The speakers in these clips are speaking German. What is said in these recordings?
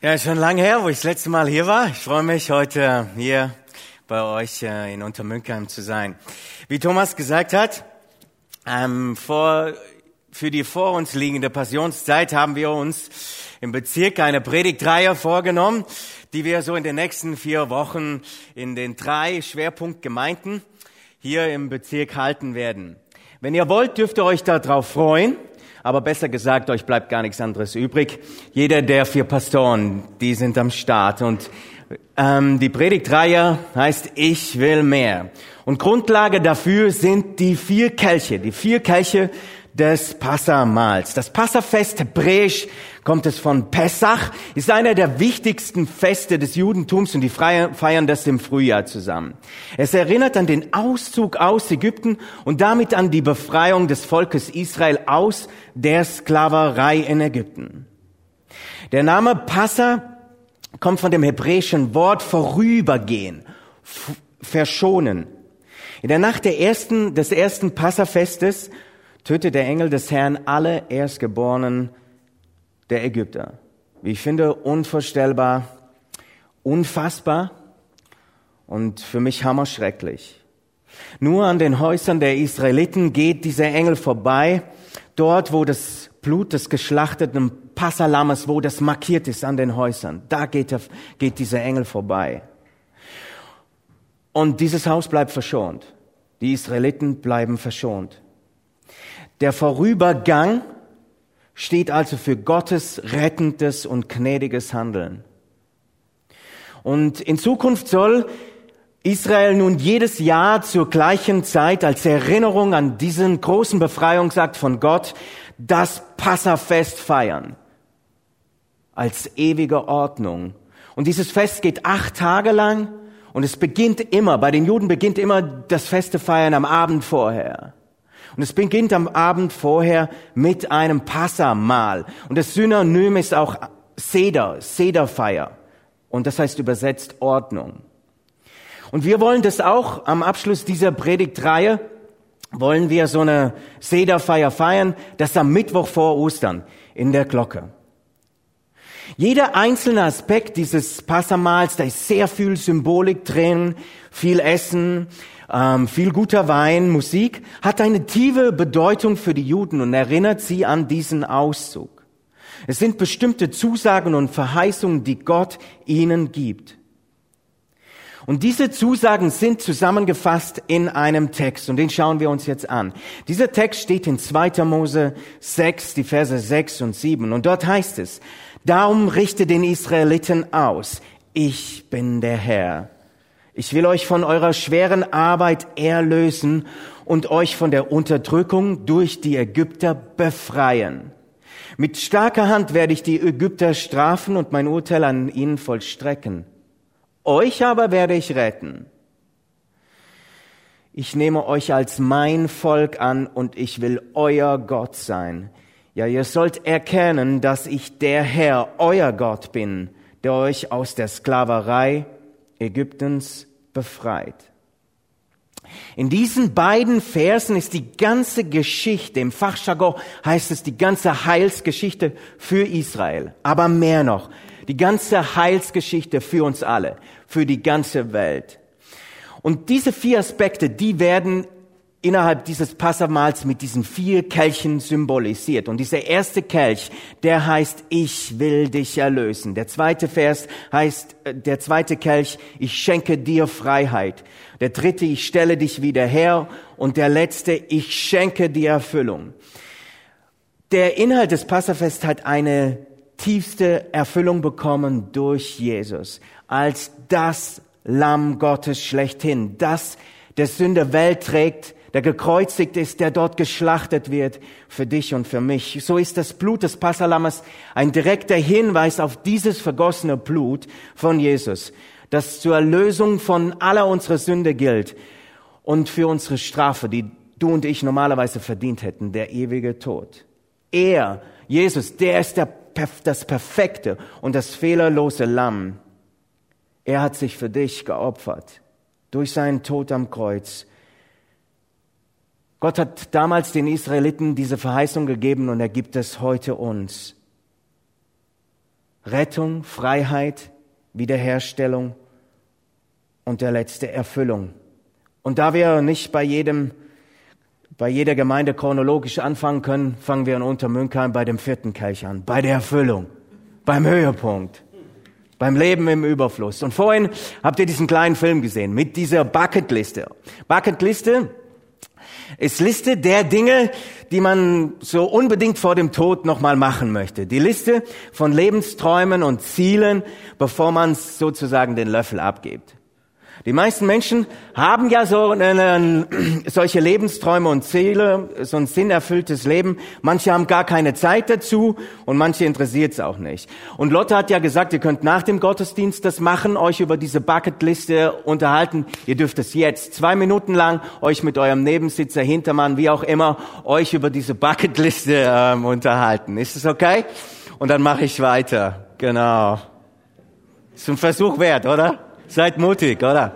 Ja, schon lange her, wo ich das letzte Mal hier war. Ich freue mich, heute hier bei euch in Untermünkheim zu sein. Wie Thomas gesagt hat, für die vor uns liegende Passionszeit haben wir uns im Bezirk eine Predigtreihe vorgenommen, die wir so in den nächsten 4 Wochen in den 3 Schwerpunktgemeinden hier im Bezirk halten werden. Wenn ihr wollt, dürft ihr euch darauf freuen. Aber besser gesagt, euch bleibt gar nichts anderes übrig. Jeder der 4 Pastoren, die sind am Start. Und die Predigtreihe heißt Ich will mehr. Und Grundlage dafür sind die 4 Kelche des Passamahls. Das Passafest, hebräisch kommt es von Pessach, ist einer der wichtigsten Feste des Judentums und die feiern das im Frühjahr zusammen. Es erinnert an den Auszug aus Ägypten und damit an die Befreiung des Volkes Israel aus der Sklaverei in Ägypten. Der Name Passa kommt von dem hebräischen Wort vorübergehen, verschonen. In der Nacht des ersten Passafestes tötet der Engel des Herrn alle Erstgeborenen der Ägypter. Wie ich finde, unvorstellbar, unfassbar und für mich hammerschrecklich. Nur an den Häusern der Israeliten geht dieser Engel vorbei, dort wo das Blut des geschlachteten Passalammes, wo das markiert ist an den Häusern, da geht dieser Engel vorbei. Und dieses Haus bleibt verschont. Die Israeliten bleiben verschont. Der Vorübergang steht also für Gottes rettendes und gnädiges Handeln. Und in Zukunft soll Israel nun jedes Jahr zur gleichen Zeit als Erinnerung an diesen großen Befreiungsakt von Gott das Passafest feiern. Als ewige Ordnung. Und dieses Fest geht 8 Tage lang und es beginnt immer, bei den Juden beginnt immer das Festefeiern am Abend vorher. Und es beginnt am Abend vorher mit einem Passamahl. Und das Synonym ist auch Sederfeier. Und das heißt übersetzt Ordnung. Und wir wollen das auch am Abschluss dieser Predigtreihe, wollen wir so eine Sederfeier feiern, das am Mittwoch vor Ostern in der Glocke. Jeder einzelne Aspekt dieses Passamahls, da ist sehr viel Symbolik drin, viel Essen, viel guter Wein, Musik, hat eine tiefe Bedeutung für die Juden und erinnert sie an diesen Auszug. Es sind bestimmte Zusagen und Verheißungen, die Gott ihnen gibt. Und diese Zusagen sind zusammengefasst in einem Text und den schauen wir uns jetzt an. Dieser Text steht in 2. Mose 6, die Verse 6 und 7 und dort heißt es: Darum richte den Israeliten aus, ich bin der Herr. Ich will euch von eurer schweren Arbeit erlösen und euch von der Unterdrückung durch die Ägypter befreien. Mit starker Hand werde ich die Ägypter strafen und mein Urteil an ihnen vollstrecken. Euch aber werde ich retten. Ich nehme euch als mein Volk an und ich will euer Gott sein. Ja, ihr sollt erkennen, dass ich der Herr, euer Gott bin, der euch aus der Sklaverei Ägyptens befreit. In diesen beiden Versen ist die ganze Geschichte, im Fachjargon heißt es die ganze Heilsgeschichte für Israel, aber mehr noch, die ganze Heilsgeschichte für uns alle, für die ganze Welt. Und diese 4 Aspekte, die werden innerhalb dieses Passamahls mit diesen 4 Kelchen symbolisiert. Und dieser erste Kelch, der heißt, ich will dich erlösen. Der zweite Kelch, ich schenke dir Freiheit. Der dritte, ich stelle dich wieder her. Und der letzte, ich schenke dir Erfüllung. Der Inhalt des Passafests hat eine tiefste Erfüllung bekommen durch Jesus. Als das Lamm Gottes schlechthin, das der Sünde Welt trägt, der gekreuzigt ist, der dort geschlachtet wird für dich und für mich. So ist das Blut des Passalammes ein direkter Hinweis auf dieses vergossene Blut von Jesus, das zur Erlösung von aller unserer Sünde gilt und für unsere Strafe, die du und ich normalerweise verdient hätten, der ewige Tod. Er, Jesus, der ist das perfekte und das fehlerlose Lamm. Er hat sich für dich geopfert durch seinen Tod am Kreuz. Gott hat damals den Israeliten diese Verheißung gegeben und er gibt es heute uns. Rettung, Freiheit, Wiederherstellung und der letzte Erfüllung. Und da wir nicht bei jeder Gemeinde chronologisch anfangen können, fangen wir in Untermünkheim bei dem 4. Kelch an, bei der Erfüllung, beim Höhepunkt, beim Leben im Überfluss. Und vorhin habt ihr diesen kleinen Film gesehen mit dieser Bucketliste. Bucketliste ist Liste der Dinge, die man so unbedingt vor dem Tod nochmal machen möchte. Die Liste von Lebensträumen und Zielen, bevor man sozusagen den Löffel abgibt. Die meisten Menschen haben ja solche Lebensträume und Ziele, so ein sinnerfülltes Leben. Manche haben gar keine Zeit dazu und manche interessiert es auch nicht. Und Lotte hat ja gesagt, ihr könnt nach dem Gottesdienst das machen, euch über diese Bucketliste unterhalten. Ihr dürft es jetzt 2 Minuten lang euch mit eurem Nebensitzer, Hintermann, wie auch immer, euch über diese Bucketliste unterhalten. Ist es okay? Und dann mache ich weiter. Genau. Ist ein Versuch wert, oder? Seid mutig, oder?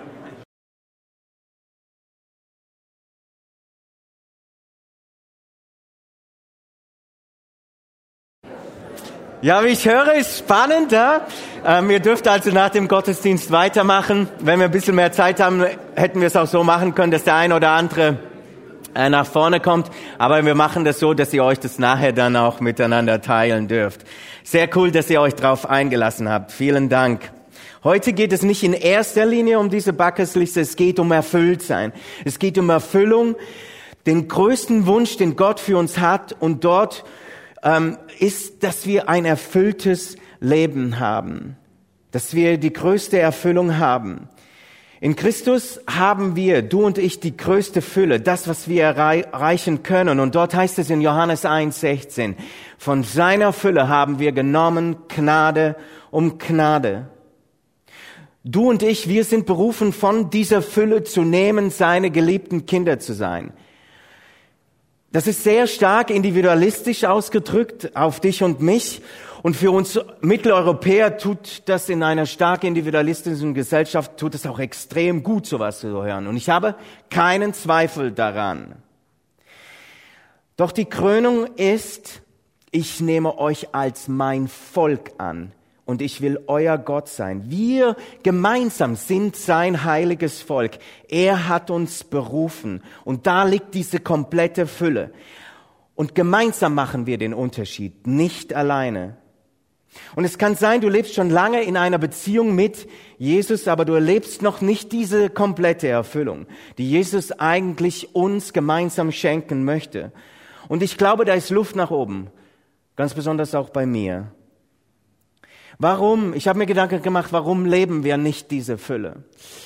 Ja, wie ich höre, ist spannend. Ja? Ihr dürft also nach dem Gottesdienst weitermachen. Wenn wir ein bisschen mehr Zeit haben, hätten wir es auch so machen können, dass der ein oder andere nach vorne kommt. Aber wir machen das so, dass ihr euch das nachher dann auch miteinander teilen dürft. Sehr cool, dass ihr euch darauf eingelassen habt. Vielen Dank. Heute geht es nicht in erster Linie um diese Bucketliste, es geht um Erfülltsein. Es geht um Erfüllung, den größten Wunsch, den Gott für uns hat. Und dort ist, dass wir ein erfülltes Leben haben, dass wir die größte Erfüllung haben. In Christus haben wir, du und ich, die größte Fülle, das, was wir erreichen können. Und dort heißt es in Johannes 1,16, von seiner Fülle haben wir genommen Gnade um Gnade. Du und ich, wir sind berufen, von dieser Fülle zu nehmen, seine geliebten Kinder zu sein. Das ist sehr stark individualistisch ausgedrückt auf dich und mich. Und für uns Mitteleuropäer tut das in einer stark individualistischen Gesellschaft, tut es auch extrem gut, sowas zu hören. Und ich habe keinen Zweifel daran. Doch die Krönung ist, ich nehme euch als mein Volk an. Und ich will euer Gott sein. Wir gemeinsam sind sein heiliges Volk. Er hat uns berufen. Und da liegt diese komplette Fülle. Und gemeinsam machen wir den Unterschied, nicht alleine. Und es kann sein, du lebst schon lange in einer Beziehung mit Jesus, aber du erlebst noch nicht diese komplette Erfüllung, die Jesus eigentlich uns gemeinsam schenken möchte. Und ich glaube, da ist Luft nach oben. Ganz besonders auch bei mir. Warum? Ich habe mir Gedanken gemacht, warum leben wir nicht diese Fülle?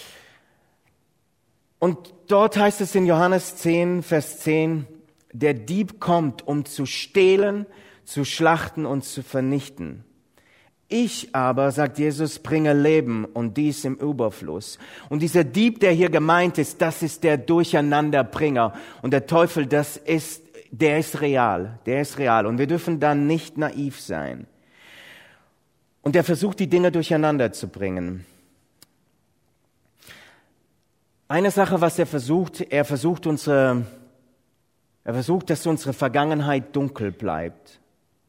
Und dort heißt es in Johannes 10, Vers 10, der Dieb kommt, um zu stehlen, zu schlachten und zu vernichten. Ich aber, sagt Jesus, bringe Leben und dies im Überfluss. Und dieser Dieb, der hier gemeint ist, das ist der Durcheinanderbringer. Und der Teufel, der ist real. Und wir dürfen dann nicht naiv sein. Und er versucht, die Dinge durcheinander zu bringen. Eine Sache, was er versucht, dass unsere Vergangenheit dunkel bleibt.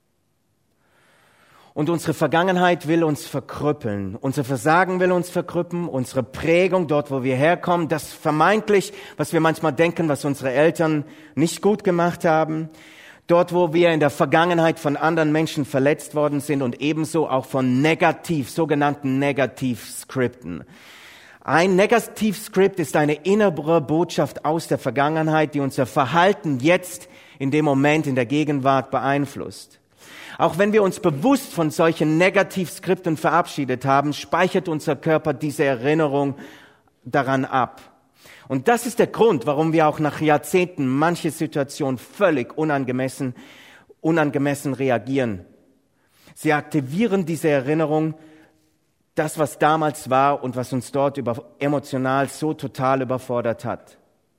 Und unsere Vergangenheit will uns verkrüppeln. Unser Versagen will uns verkrüppeln. Unsere Prägung, dort wo wir herkommen, das vermeintlich, was wir manchmal denken, was unsere Eltern nicht gut gemacht haben. Dort, wo wir in der Vergangenheit von anderen Menschen verletzt worden sind und ebenso auch von sogenannten Negativskripten. Ein Negativskript ist eine innere Botschaft aus der Vergangenheit, die unser Verhalten jetzt in dem Moment, in der Gegenwart beeinflusst. Auch wenn wir uns bewusst von solchen Negativskripten verabschiedet haben, speichert unser Körper diese Erinnerung daran ab. Und das ist der Grund, warum wir auch nach Jahrzehnten manche Situationen völlig unangemessen reagieren. Sie aktivieren diese Erinnerung, das, was damals war und was uns dort emotional so total überfordert hat.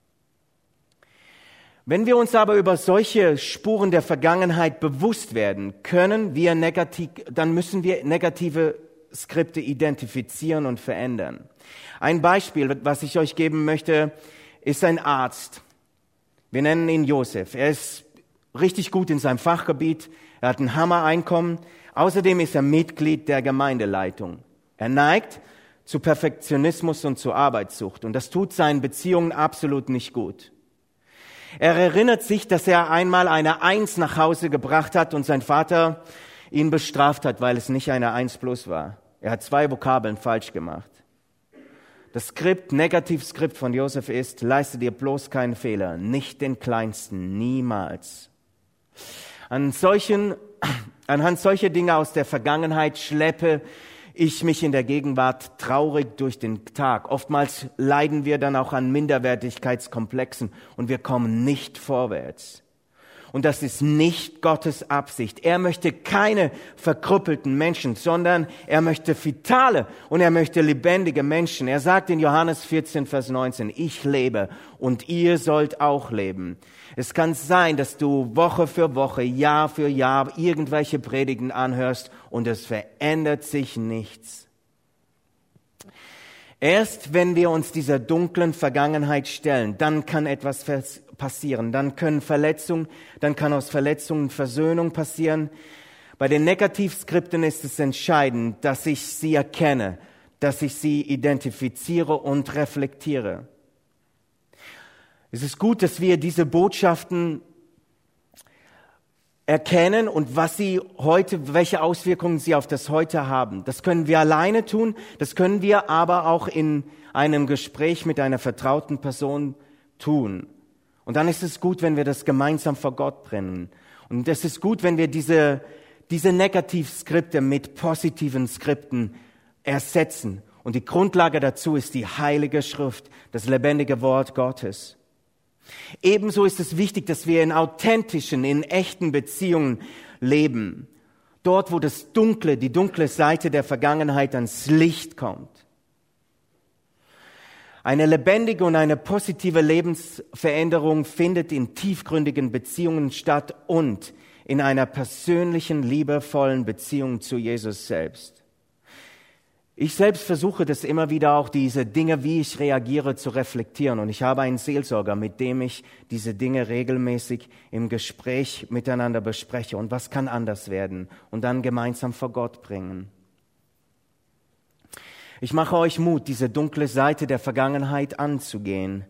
Wenn wir uns aber über solche Spuren der Vergangenheit bewusst werden, dann müssen wir negative Skripte identifizieren und verändern. Ein Beispiel, was ich euch geben möchte, ist ein Arzt. Wir nennen ihn Josef. Er ist richtig gut in seinem Fachgebiet. Er hat ein Hammereinkommen. Außerdem ist er Mitglied der Gemeindeleitung. Er neigt zu Perfektionismus und zu Arbeitssucht. Und das tut seinen Beziehungen absolut nicht gut. Er erinnert sich, dass er einmal eine 1 nach Hause gebracht hat und sein Vater ihn bestraft hat, weil es nicht eine 1 plus war. Er hat 2 Vokabeln falsch gemacht. Das Negativskript von Josef ist: leiste dir bloß keinen Fehler, nicht den kleinsten, niemals. Anhand solcher Dinge aus der Vergangenheit schleppe ich mich in der Gegenwart traurig durch den Tag. Oftmals leiden wir dann auch an Minderwertigkeitskomplexen und wir kommen nicht vorwärts. Und das ist nicht Gottes Absicht. Er möchte keine verkrüppelten Menschen, sondern er möchte vitale und er möchte lebendige Menschen. Er sagt in Johannes 14, Vers 19, ich lebe und ihr sollt auch leben. Es kann sein, dass du Woche für Woche, Jahr für Jahr irgendwelche Predigten anhörst und es verändert sich nichts. Erst wenn wir uns dieser dunklen Vergangenheit stellen, dann kann etwas passieren. Dann kann aus Verletzungen Versöhnung passieren. Bei den Negativskripten ist es entscheidend, dass ich sie erkenne, dass ich sie identifiziere und reflektiere. Es ist gut, dass wir diese Botschaften erkennen und welche Auswirkungen sie auf das Heute haben. Das können wir alleine tun, das können wir aber auch in einem Gespräch mit einer vertrauten Person tun. Und dann ist es gut, wenn wir das gemeinsam vor Gott bringen. Und es ist gut, wenn wir diese Negativskripte mit positiven Skripten ersetzen. Und die Grundlage dazu ist die Heilige Schrift, das lebendige Wort Gottes. Ebenso ist es wichtig, dass wir in authentischen, in echten Beziehungen leben. Dort, wo die dunkle Seite der Vergangenheit ans Licht kommt. Eine lebendige und eine positive Lebensveränderung findet in tiefgründigen Beziehungen statt und in einer persönlichen, liebevollen Beziehung zu Jesus selbst. Ich selbst versuche das immer wieder auch, diese Dinge, wie ich reagiere, zu reflektieren. Und ich habe einen Seelsorger, mit dem ich diese Dinge regelmäßig im Gespräch miteinander bespreche. Und was kann anders werden? Und dann gemeinsam vor Gott bringen. Ich mache euch Mut, diese dunkle Seite der Vergangenheit anzugehen.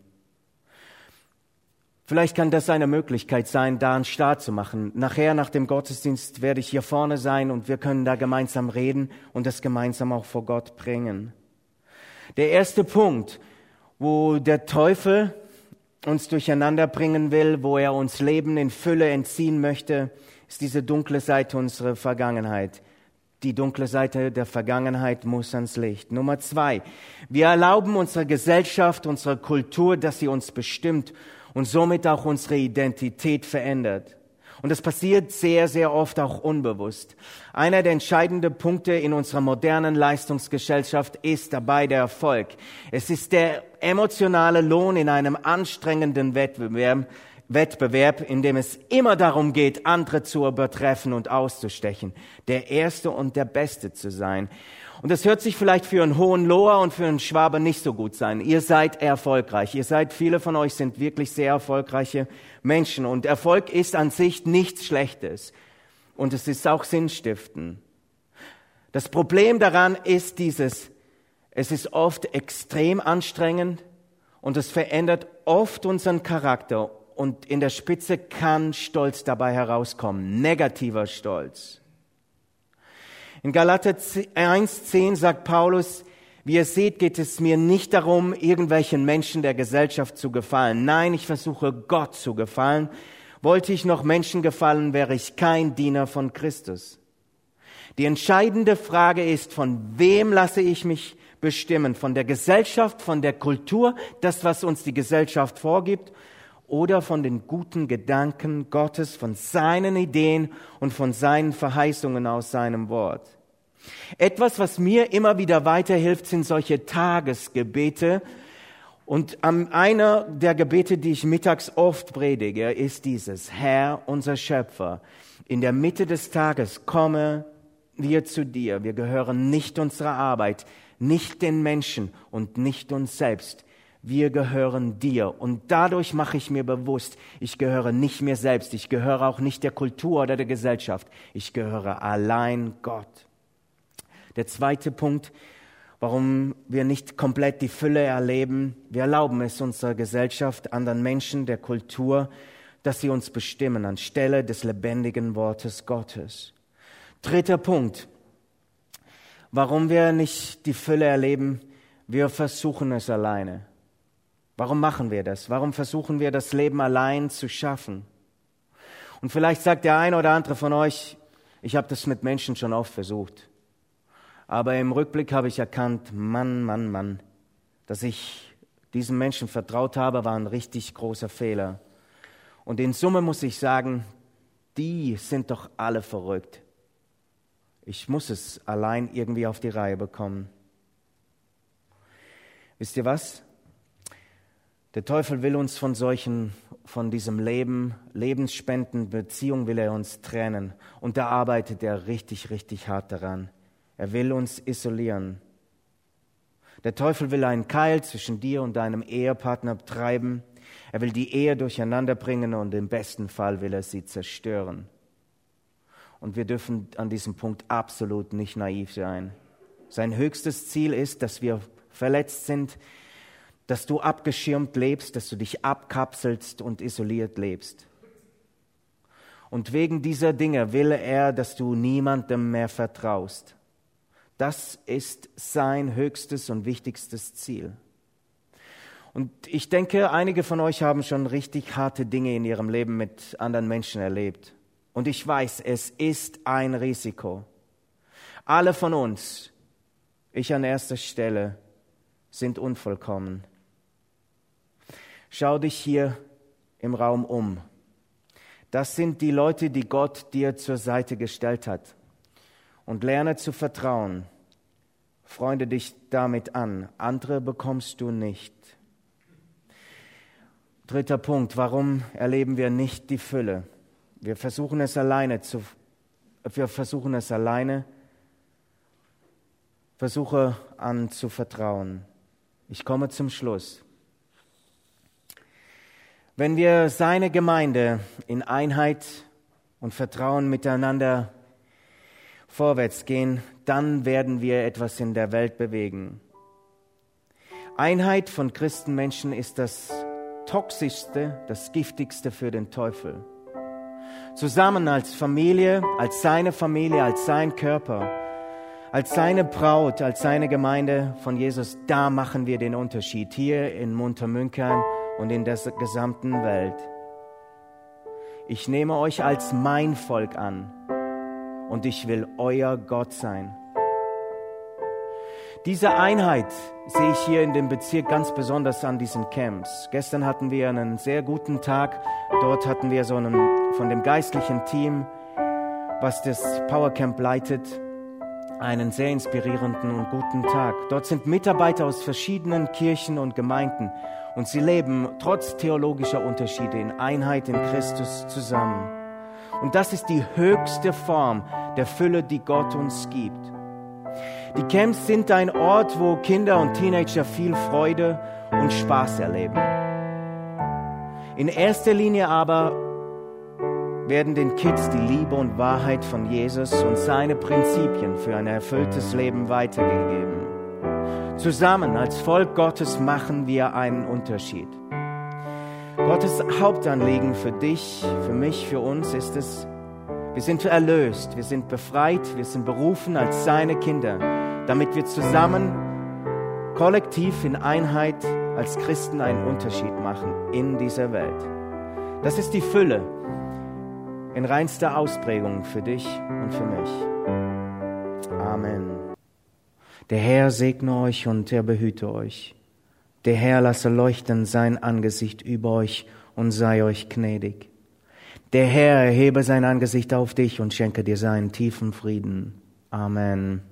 Vielleicht kann das eine Möglichkeit sein, da einen Start zu machen. Nachher, nach dem Gottesdienst, werde ich hier vorne sein und wir können da gemeinsam reden und das gemeinsam auch vor Gott bringen. Der erste Punkt, wo der Teufel uns durcheinander bringen will, wo er uns Leben in Fülle entziehen möchte, ist diese dunkle Seite unserer Vergangenheit. Die dunkle Seite der Vergangenheit muss ans Licht. Nummer 2, wir erlauben unserer Gesellschaft, unserer Kultur, dass sie uns bestimmt und somit auch unsere Identität verändert. Und das passiert sehr, sehr oft auch unbewusst. Einer der entscheidenden Punkte in unserer modernen Leistungsgesellschaft ist dabei der Erfolg. Es ist der emotionale Lohn in einem anstrengenden Wettbewerb, in dem es immer darum geht, andere zu übertreffen und auszustechen, der Erste und der Beste zu sein. Und das hört sich vielleicht für einen Hohenloher und für einen Schwabe nicht so gut sein. Ihr seid erfolgreich. Viele von euch sind wirklich sehr erfolgreiche Menschen. Und Erfolg ist an sich nichts Schlechtes. Und es ist auch sinnstiftend. Das Problem daran ist es ist oft extrem anstrengend und es verändert oft unseren Charakter. Und in der Spitze kann Stolz dabei herauskommen, negativer Stolz. In Galater 1,10 sagt Paulus, wie ihr seht, geht es mir nicht darum, irgendwelchen Menschen der Gesellschaft zu gefallen. Nein, ich versuche Gott zu gefallen. Wollte ich noch Menschen gefallen, wäre ich kein Diener von Christus. Die entscheidende Frage ist, von wem lasse ich mich bestimmen? Von der Gesellschaft, von der Kultur, das, was uns die Gesellschaft vorgibt, oder von den guten Gedanken Gottes, von seinen Ideen und von seinen Verheißungen aus seinem Wort. Etwas, was mir immer wieder weiterhilft, sind solche Tagesgebete. Und einer der Gebete, die ich mittags oft predige, ist dieses: Herr, unser Schöpfer, in der Mitte des Tages komme wir zu dir. Wir gehören nicht unserer Arbeit, nicht den Menschen und nicht uns selbst. Wir gehören dir. Und dadurch mache ich mir bewusst, ich gehöre nicht mir selbst. Ich gehöre auch nicht der Kultur oder der Gesellschaft. Ich gehöre allein Gott. Der zweite Punkt, warum wir nicht komplett die Fülle erleben. Wir erlauben es unserer Gesellschaft, anderen Menschen, der Kultur, dass sie uns bestimmen anstelle des lebendigen Wortes Gottes. Dritter Punkt, warum wir nicht die Fülle erleben. Wir versuchen es alleine. Warum machen wir das? Warum versuchen wir das Leben allein zu schaffen? Und vielleicht sagt der eine oder andere von euch, ich habe das mit Menschen schon oft versucht. Aber im Rückblick habe ich erkannt, Mann, dass ich diesem Menschen vertraut habe, war ein richtig großer Fehler. Und in Summe muss ich sagen, die sind doch alle verrückt. Ich muss es allein irgendwie auf die Reihe bekommen. Wisst ihr was? Der Teufel will uns von diesem Leben, lebensspendenden Beziehung will er uns trennen. Und da arbeitet er richtig, richtig hart daran. Er will uns isolieren. Der Teufel will einen Keil zwischen dir und deinem Ehepartner treiben. Er will die Ehe durcheinander bringen und im besten Fall will er sie zerstören. Und wir dürfen an diesem Punkt absolut nicht naiv sein. Sein höchstes Ziel ist, dass wir verletzt sind, dass du abgeschirmt lebst, dass du dich abkapselst und isoliert lebst. Und wegen dieser Dinge will er, dass du niemandem mehr vertraust. Das ist sein höchstes und wichtigstes Ziel. Und ich denke, einige von euch haben schon richtig harte Dinge in ihrem Leben mit anderen Menschen erlebt. Und ich weiß, es ist ein Risiko. Alle von uns, ich an erster Stelle, sind unvollkommen. Schau dich hier im Raum um. Das sind die Leute, die Gott dir zur Seite gestellt hat. Und lerne zu vertrauen. Freunde dich damit an. Andere bekommst du nicht. Dritter Punkt. Warum erleben wir nicht die Fülle? Wir versuchen es alleine. Versuche an zu vertrauen. Ich komme zum Schluss. Wenn wir seine Gemeinde in Einheit und Vertrauen miteinander vorwärts gehen, dann werden wir etwas in der Welt bewegen. Einheit von Christenmenschen ist das Toxischste, das Giftigste für den Teufel. Zusammen als Familie, als sein Körper, als seine Braut, als seine Gemeinde von Jesus, da machen wir den Unterschied hier in Muntermünkern und in der gesamten Welt. Ich nehme euch als mein Volk an und ich will euer Gott sein. Diese Einheit sehe ich hier in dem Bezirk ganz besonders an diesen Camps. Gestern hatten wir einen sehr guten Tag. Dort hatten wir von dem geistlichen Team, was das Powercamp leitet, einen sehr inspirierenden und guten Tag. Dort sind Mitarbeiter aus verschiedenen Kirchen und Gemeinden und sie leben trotz theologischer Unterschiede in Einheit in Christus zusammen. Und das ist die höchste Form der Fülle, die Gott uns gibt. Die Camps sind ein Ort, wo Kinder und Teenager viel Freude und Spaß erleben. In erster Linie aber werden den Kids die Liebe und Wahrheit von Jesus und seine Prinzipien für ein erfülltes Leben weitergegeben. Zusammen als Volk Gottes machen wir einen Unterschied. Gottes Hauptanliegen für dich, für mich, für uns ist es, wir sind erlöst, wir sind befreit, wir sind berufen als seine Kinder, damit wir zusammen, kollektiv in Einheit als Christen einen Unterschied machen in dieser Welt. Das ist die Fülle in reinster Ausprägung für dich und für mich. Amen. Der Herr segne euch und er behüte euch. Der Herr lasse leuchten sein Angesicht über euch und sei euch gnädig. Der Herr erhebe sein Angesicht auf dich und schenke dir seinen tiefen Frieden. Amen.